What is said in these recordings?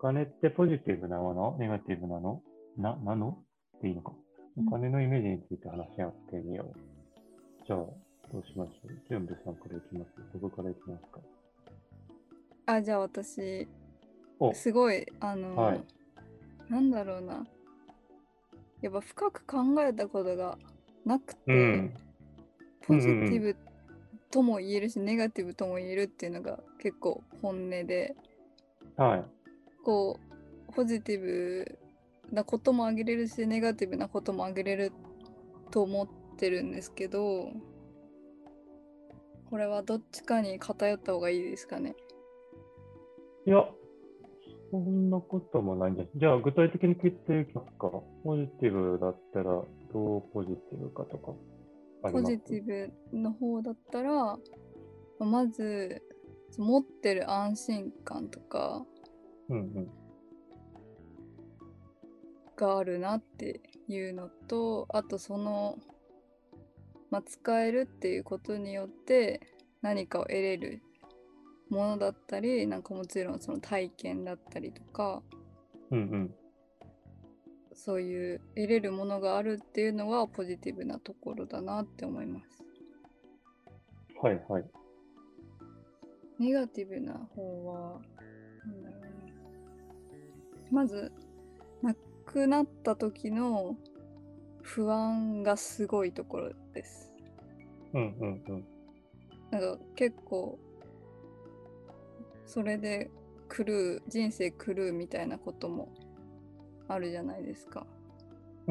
金ってポジティブなもの、ネガティブなのなのっていいのか。お金のイメージについて話し合ってみよう。じゃあ、どうしましょう。純部さんからいきます。僕からいきますか。 じゃあ私、 お、 すごい、 はい。 なんだろうな。やっぱ深く考えたことがなくて、 うん。うんポジうんティブとも言えるし、ネガティブとも言えるっていうのが結構本音で、 うん。はい。 こポジティブなこともあげれるし、ネガティブなこともあげれると思ってるんですけど、これはどっちかに偏った方がいいですかね。 いや、そんなこともないんです。じゃあ、具体的に聞いていきますか。ポジティブだったら、どうポジティブかとかあります？ ポジティブの方だったら、まず、持ってる安心感とかうんうん。 があるなっていうのと、あと使えるっていうことによって何かを得れるものだったり、なんかもちろんその体験だったりとか、 うんうん。 そういう得れるものがあるっていうのはポジティブなところだなって思います。 はいはい。 ネガティブな方は、なんだろうな。まず、亡くなった時の不安がすごいところです。 うんうんうん。 なんか結構、それで人生狂うみたいなこともあるじゃないですか。 うん。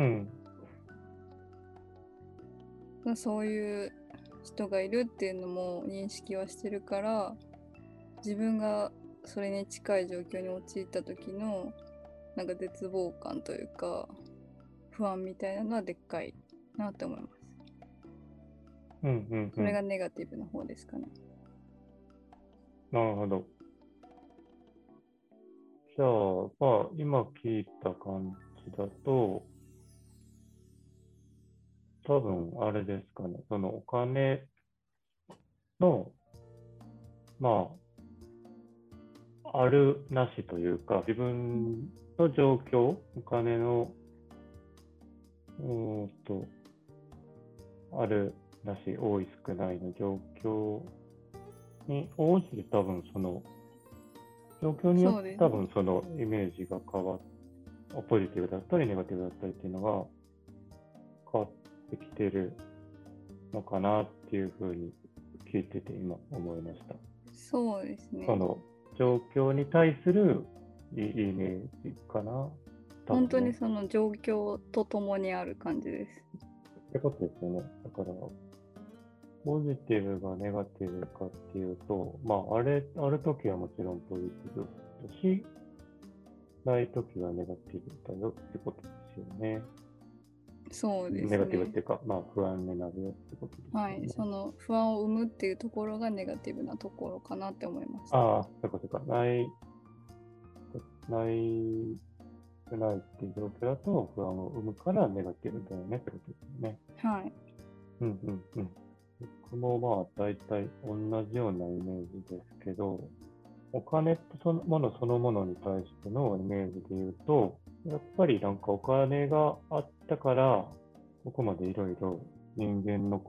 そういう人がいるっていうのも認識はしてるから、自分がそれに近い状況に陥った時のなんか絶望感というか不安みたいなのはでっかいなって思います。 うんうんうん。 それがネガティブな方ですかね。 なるほど。じゃあ、まあ、今聞いた感じだと、多分あれですかね。そのお金の、まあ、あるなしというか、自分の状況、お金の、あるなし、多い少ないの状況に応じて多分その、状況によって多そうですね。 分そのイメージが変わっポジティブだったりネガティブだったりっていうのが変わってきてるのかなっていうふうに聞いてて今思いました。 そうですね。 その状況に対するイメージかな、多本当に分ね。 その状況とともにある感じです。 ってことですよね。だから、ポジティブがネガティブかっていうと、まあ、ある時はもちろんポジティブだし、ない時はネガティブだよってことですよね。 そうでネガティブっすね。 ていうか、まあ、不安になるよってことですはい。そよね。 の不安を生むっていうところがネガティブなところかなって思いました。 ああ、そういうことか。ないっていう状況だと不安を生むからネガティブだよねってことですよね。 はい。 うんうんうん。僕もまあ大体同じようなイメージですけど、お金そのものそのものに対してのイメージで言うと、やっぱりなんかお金があったから、ここまでいろいろ人間の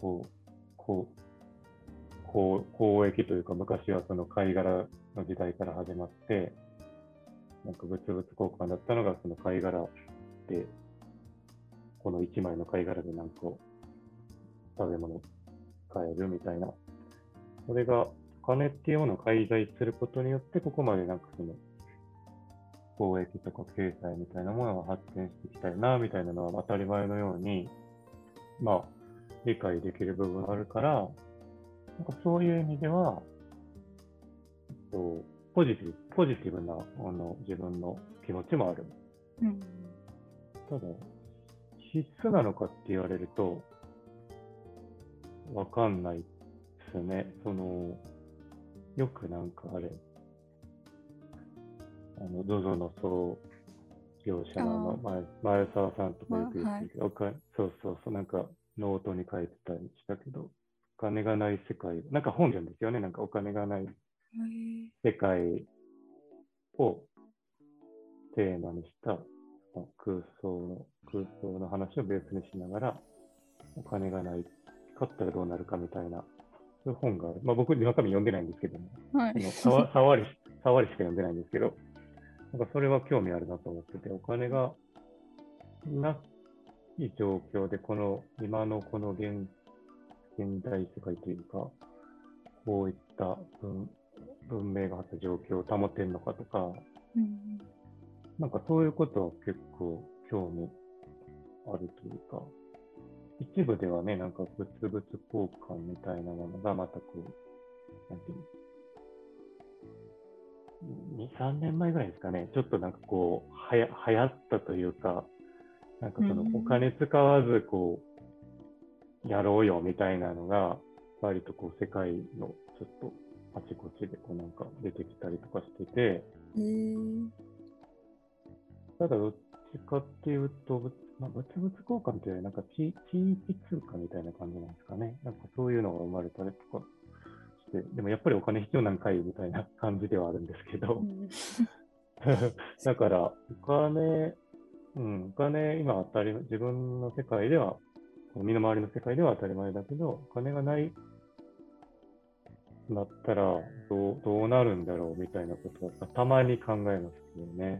交易というか、昔はその貝殻の時代から始まって、なんか物々交換だったのが、その貝殻で、この1枚の貝殻で何個食べ物買えるみたいな。それが、お金っていうものを介在することによって、ここまでなんかその貿易とか経済みたいなものが発展してきたよな、みたいなのは当たり前のように、まあ、理解できる部分があるから、なんかそういう意味では、とポジティブな自分の気持ちもある。 うん。 ただ、必須なのかって言われると、わかんないですね。よくなんかあれ、ZOZO の創業者のあ前澤さんとあ、 かよく言っはい。 てるけど、そうそうそう、なんかノートに書いてたりしたけど、お金がない世界、なんか本読んですよね。なんかお金がないへえ。 世界をテーマにした空想の話をベースにしながら、お金がないかったらどうなるかみたいな、そういう本がある。まあ、僕、中身読んでないんですけども、 はい。 触りしか読んでないんですけど、なんかそれは興味あるなと思ってて、お金がない状況で、今のこの現代世界というか、こういった文明があった状況を保てるのかとか、なんかそういうことは結構興味あるというか、一部ではね、なんか物々交換みたいなものがまたこう、なんていうの、2、3年前ぐらいですかね、ちょっとなんかこう、流行ったというか、なんかそのお金使わずこう、やろうよみたいなのが、割とこう世界のちょっとあちこちでこうなんか出てきたりとかしてて、ただどっちかっていうと、まあ、物々交換というよりなんか地域通貨みたいな感じなんですかね。なんかそういうのが生まれたりとかして、でもやっぱりお金必要なんかいみたいな感じではあるんですけど、だからお金今自分の世界では、身の回りの世界では当たり前だけど、お金がないなったらどうなるんだろうみたいなことをたまに考えますけどね。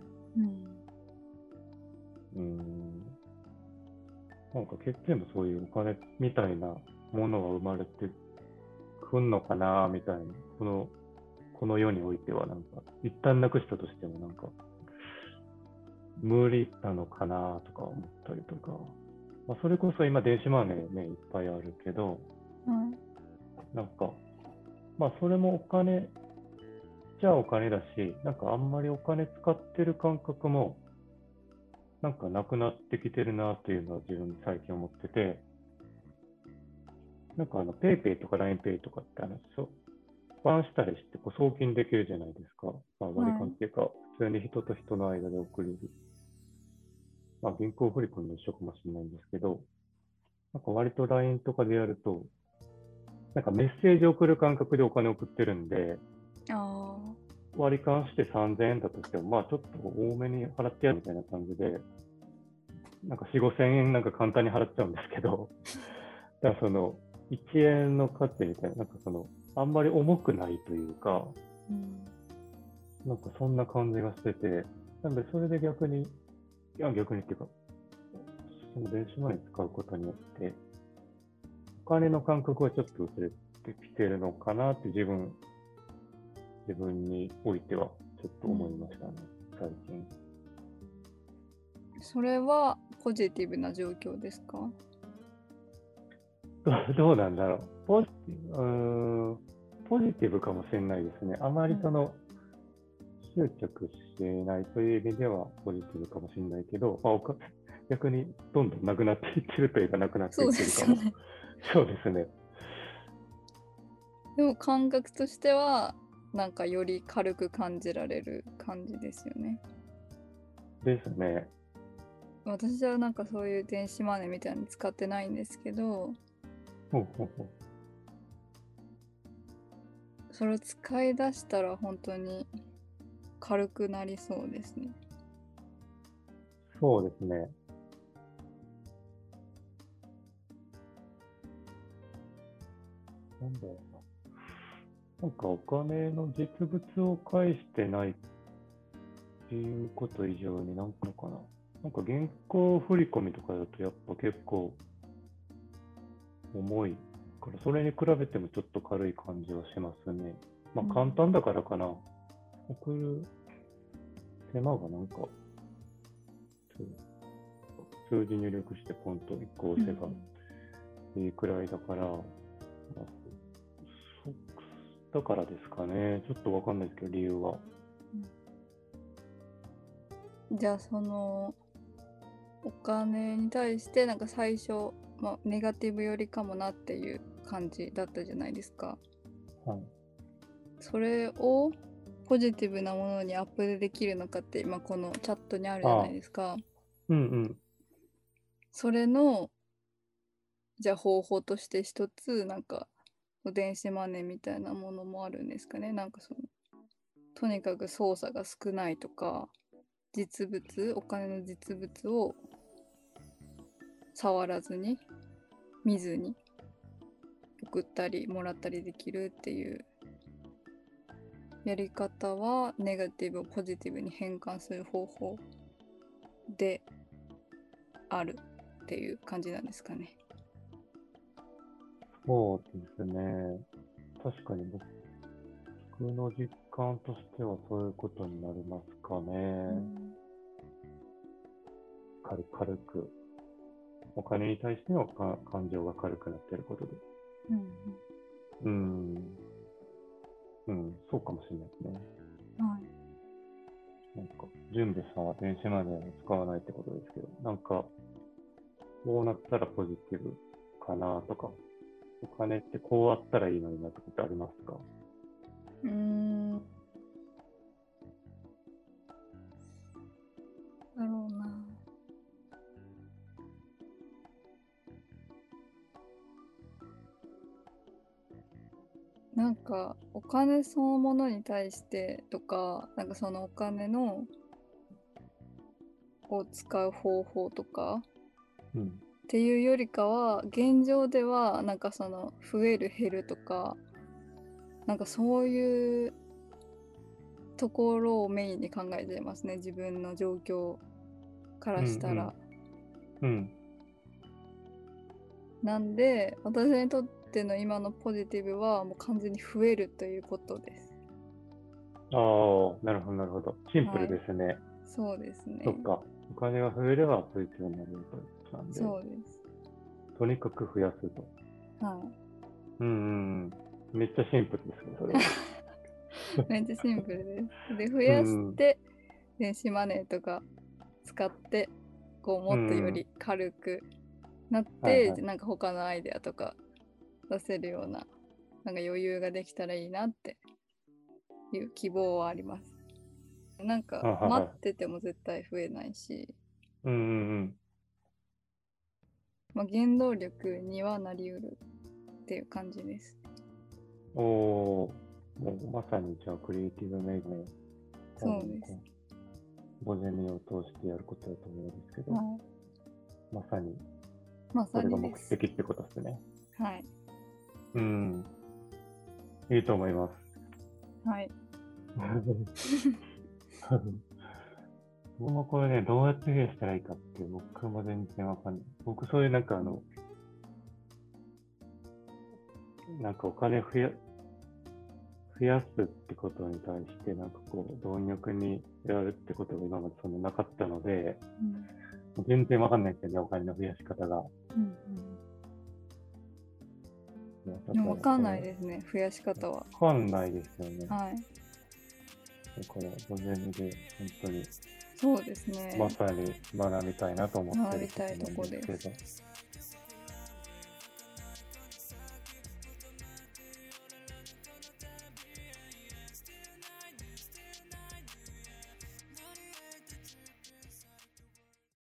なんか全部そういうお金みたいなものが生まれてくんのかなみたいな、この世においてはなんか、一旦なくしたとしてもなんか、無理なのかなとか思ったりとか、まあ、それこそ今電子マネーね、いっぱいあるけど、なんか、まあそれもお金じゃあお金だし、なんかあんまりお金使ってる感覚もなんかなくなってきてるなっていうのは自分最近思ってて、なんかペイペイとか LINEPay とかってバンしたりしてこう送金できるじゃないですか。まあ、割り勘っていうか、普通に人と人の間で送れる。まあ、銀行振り込みも一緒かもしれないんですけど、なんか割と LINE とかでやると、なんかメッセージ送る感覚でお金送ってるんで、割り勘して3000円だとしても、まあちょっと多めに払ってやるみたいな感じで、なんか4、5000円なんか簡単に払っちゃうんですけど、だからその1円の価値みたいな、なんかあんまり重くないというか、なんかそんな感じがしてて、なんでそれで逆にっていうか、その電子マネー使うことによって、お金の感覚はちょっと薄れてきてるのかなって自分においてはちょっと思いましたね、最近。 それはポジティブな状況ですか？ どうなんだろう。ポジティブかもしれないですね。あまり執着していないという意味ではポジティブかもしれないけど、まあ、逆にどんどんなくなっていってるといえばなくなっていってるかも。そうですね。 でも感覚としてはなんかより軽く感じられる感じですよね。 ですね。 私はなんかそういう電子マネーみたいに使ってないんですけど、それを使い出したら本当に軽くなりそうですね。 そうですね。なんだろうな。なんかお金の実物を返してないっていうこと以上になんかかな。なんか銀行振り込みとかだとやっぱ結構重いから、それに比べてもちょっと軽い感じはしますね。まあ簡単だからかな。送る手間がなんか、数字入力してポンと1個押せばいいくらいだから、まあ、だからですかね。ちょっとわかんないですけど、理由は。 じゃあお金に対してなんか最初、ネガティブよりかもなっていう感じだったじゃないですか。 はい。 それをポジティブなものにアップできるのかって今このチャットにあるじゃないですか。それのじゃあ方法として一つなんか電子マネーみたいなものもあるんですかね。なんかとにかく操作が少ないとか実物、お金の実物を触らずに、見ずに送ったりもらったりできるっていうやり方は、ネガティブをポジティブに変換する方法であるっていう感じなんですかね。 そうですね。確かに僕の実感としてはそういうことになりますかね。軽く。お金に対しての感情が軽くなっていることで。 うんうん、そうかもしれないですね。 はい。 なんか、純部さんは電子マネーを使わないってことですけど、なんか、こうなったらポジティブかなとか、お金ってこうあったらいいのになとかってありますか？ だろうな。なんかお金そのものに対してとか、なんかそのお金のを使う方法とかうん。 っていうよりかは、現状ではなんかその増える減るとか、なんかそういうところをメインに考えてますね、自分の状況からしたら。 うん。 なんで私にとっての今のポジティブはもう完全に増えるということです。 ああ、なるほど、なるほど。シンプルですね。 そうですね。 そっか。お金が増えればポジティブになるということなんで、 そうです。 とにかく増やすと。 はい。 めっちゃシンプルですね、それは。 めっちゃシンプルです。で、増やして、電子マネーとか使って、こう、もっとより軽くなって、なんか他のアイデアとか出せるような、なんか余裕ができたらいいなっていう希望はあります。なんか、待ってても絶対増えないし、まあ、原動力にはなりうるっていう感じです。 もうまさにじゃあクリエイティブメイクのそうです。 5ゼミを通してやることだと思うんですけど、まさにそれが目的ってことですね。 はい。 いいと思います。 はい。 僕もこれね、どうやって増やしたらいいかって僕も全然わかんない。僕そういうなんかお金増やすってことに対してなんかこう貪欲にやるってことが今までそんななかったので、全然わかんないですよね、お金の増やし方が。 わかんないですね、増やし方は。 わかんないですよね。 はい。 だから、午前で本当に、 そうですね。 まさに学びたいなと思ってるところですけど。